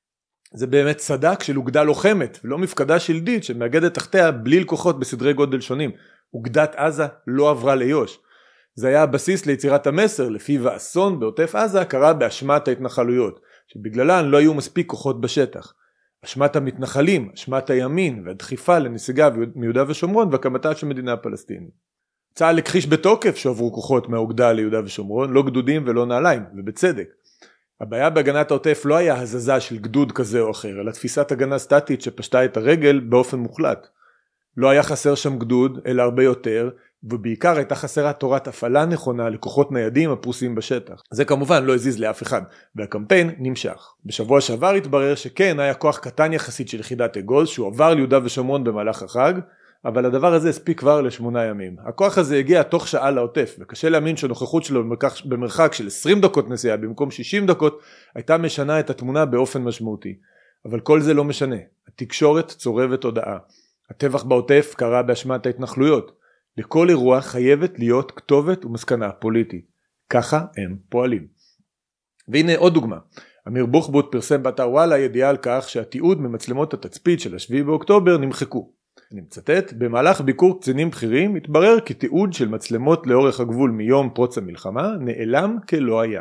S1: זה באמת סדק של אוגדה לוחמת, ולא מפקדה שלדית שמאגדת תחתיה בלי לקוחות בסדרי גודל שונים. אוגדת עזה לא עברה ליו"ש. זה היה הבסיס ליצירת המסר, לפיו האסון בעוטף עזה קרה באשמת ההתנחלויות, שבגללן לא היו מספיק כוחות בשטח. אשמת המתנחלים, אשמת הימין והדחיפה לנסיגה מיהודה ושומרון והקמתה של מדינה פלסטינית. צה"ל הכחיש בתוקף שעברו כוחות מהאוגדה ליהודה ושומרון, לא גדודים ולא נעליים, ובצדק. הבעיה בהגנת העוטף לא היה הזזה של גדוד כזה או אחר, אלא תפיסת הגנה סטטית שפשטה את הרגל באופן מוחלט. לא היה חסר שם גדוד, אלא הרבה יותר, ובעיקר הייתה חסרה תורת הפעלה נכונה לכוחות ניידים הפרוסים בשטח. זה כמובן לא הזיז לאף אחד, והקמפיין נמשך. בשבוע שעבר התברר שכן היה כוח קטן יחסית של יחידת אגוז, שהוא עבר ליהודה ושומרון במהלך החג, אבל הדבר הזה הספיק כבר ל8 ימים. הכוח הזה הגיע תוך שעה לעוטף, וקשה להאמין שהנוכחות שלו במרחק של 20 דקות נסיעה במקום 60 דקות, הייתה משנה את התמונה באופן משמעותי. אבל כל זה לא משנה. התקשורת צורבת הודעה. הטבח בעוטף קרה באשמת ההתנחלויות. לכל אירוע חייבת להיות כתובת ומסקנה פוליטית. ככה הם פועלים. והנה עוד דוגמה. אמיר בוחבוט פרסם באתר וואלה ידיעה על כך שהתיעוד ממצלמות התצפית של 7 באוקטובר נמחקו. אני מצטט, במהלך ביקור קצינים בכירים התברר כי תיעוד של מצלמות לאורך הגבול מיום פרוץ המלחמה נעלם כלא היה.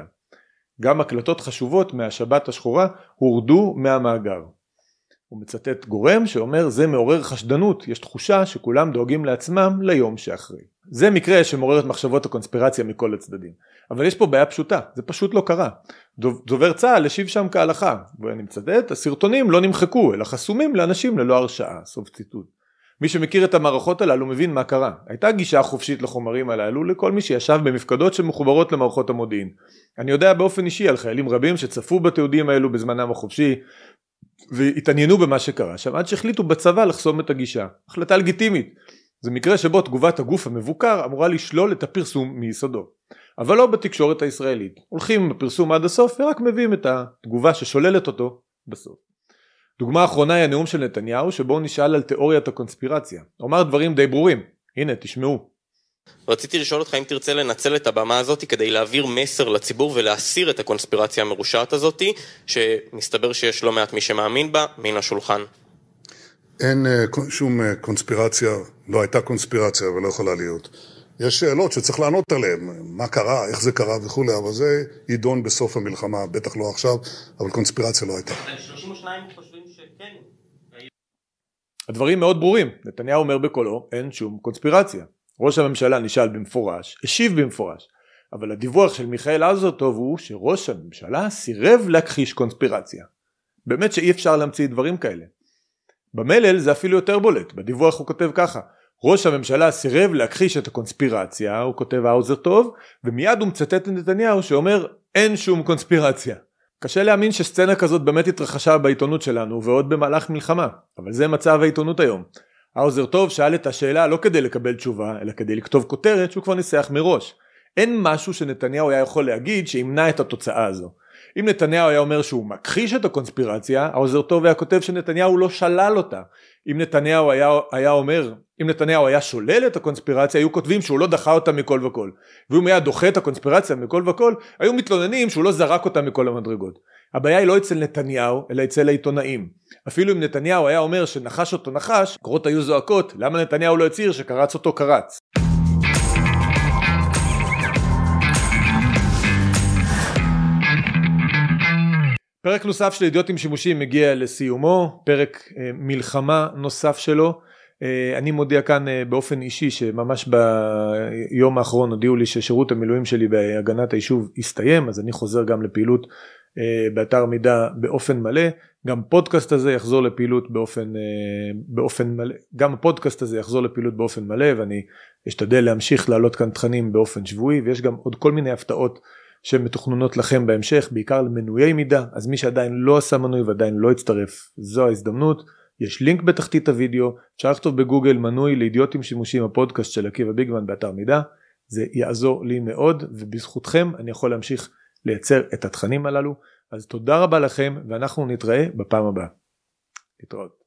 S1: גם הקלטות חשובות מהשבת השחורה הורדו מהמאגר. הוא מצטט גורם שאומר זה מעורר חשדנות, יש תחושה שכולם דואגים לעצמם ליום שאחרי. זה מקרה שמעורר את מחשבות הקונספירציה מכל הצדדים. אבל יש פה בעיה פשוטה, זה פשוט לא קרה. דובר צה"ל השיב שם כהלכה, ואני מצטט, הסרטונים לא נמחקו, אלא חסומים לאנשים ללא הרשעה. סוף ציטוט. מי שמכיר את המערכות הללו מבין מה קרה. הייתה גישה חופשית לחומרים הללו לכל מי שישב במפקדות שמחוברות למערכות המודיעין. אני יודע באופן אישי על חיילים רבים שצפו בתיעודים האלו בזמנם החופשי, והתעניינו במה שקרה שם, עד שהחליטו בצבא לחסום את הגישה. החלטה לגיטימית. זה מקרה שבו תגובת הגוף המבוקר אמורה לשלול את הפרסום מיסודו. אבל לא בתקשורת הישראלית. הולכים בפרסום עד הסוף ורק מביאים את התגובה ששוללת אותו בסוף. דוגמה האחרונה היא הנאום של נתניהו שבו הוא נשאל על תיאוריית הקונספירציה. הוא אמר דברים די ברורים. הנה, תשמעו.
S6: רציתי לשאול אותך אם תרצה לנצל את הבמה הזאת כדי להעביר מסר לציבור ולהסיר את הקונספירציה המרושעת הזאת, שמסתבר שיש לא מעט מי שמאמין בה, מן השולחן.
S2: אין שום קונספירציה, לא הייתה קונספירציה ולא יכולה להיות. יש שאלות שצריך לענות עליהן, מה קרה, איך זה קרה וכו', אבל זה יידון בסוף המלחמה, בטח לא עכשיו, אבל קונספירציה לא הייתה.
S6: 32 חושבים שכן.
S1: הדברים מאוד ברורים, נתניהו אומר בקולו, אין שום קונספירציה. ראש הממשלה נשאל במפורש, השיב במפורש, אבל הדיווח של מיכאל עזרטוב הוא שראש הממשלה סירב להכחיש קונספירציה. באמת שאי אפשר להמציא דברים כאלה. במלל זה אפילו יותר בולט, בדיווח הוא כותב ככה, ראש הממשלה סירב להכחיש את הקונספירציה, הוא כותב עזרטוב, ומיד הוא מצטט את נתניהו שאומר אין שום קונספירציה. קשה להאמין שסצנה כזאת באמת התרחשה בעיתונות שלנו ועוד במהלך מלחמה, אבל זה מצב העיתונות היום. עזרטוב שאל את השאלה לא כדי לקבל תשובה, אלא כדי לכתוב כותרת שהוא כבר ניסח מראש. אין משהו שנתניהו היה יכול להגיד שימנע את התוצאה הזו. אם נתניהו היה אומר שהוא מכחיש את הקונספירציה, עזרטוב היה כותב שנתניהו לא שלל אותה. אם נתניהו היה שולל את הקונספירציה, היו כותבים שהוא לא דחה אותה מכל וכל. ואם היה דוחה את הקונספירציה מכל וכל, היו מתלוננים שהוא לא זרק אותה מכל המדרגות. הבעיה היא לא אצל נתניהו, אלא אצל העיתונאים. אפילו אם נתניהו היה אומר שנחש אותו נחש, קורות היו זועקות, למה נתניהו לא הצהיר שקרץ אותו קרץ? פרק נוסף של אידיוטים שימושיים מגיע לסיומו, פרק מלחמה נוסף שלו. אני מודיע כאן באופן אישי שממש ביום האחרון הודיעו לי ששירות המילואים שלי בהגנת היישוב הסתיים, אז אני חוזר גם לפעילות באתר מידע באופן מלא. גם הפודקאסט הזה יחזור לפעילות באופן מלא, ואני אשתדל להמשיך להעלות כאן תכנים באופן שבועי, ויש גם עוד כל מיני הפתעות שמתוכננות לכם בהמשך, בעיקר למנויי מידע. אז מי שעדיין לא עשה מנוי ועדיין לא הצטרף, זו ההזדמנות. יש לינק בתחתית הוידאו, אפשר לכתוב בגוגל מנוי לאידיוטים שימושיים, הפודקאסט של עקיבא ביגמן באתר מידע. זה יעזור לי מאוד, ובזכותכם אני יכול להמשיך לייצר את התכנים הללו. אז תודה רבה לכם, ואנחנו נתראה בפעם הבאה. להתראות.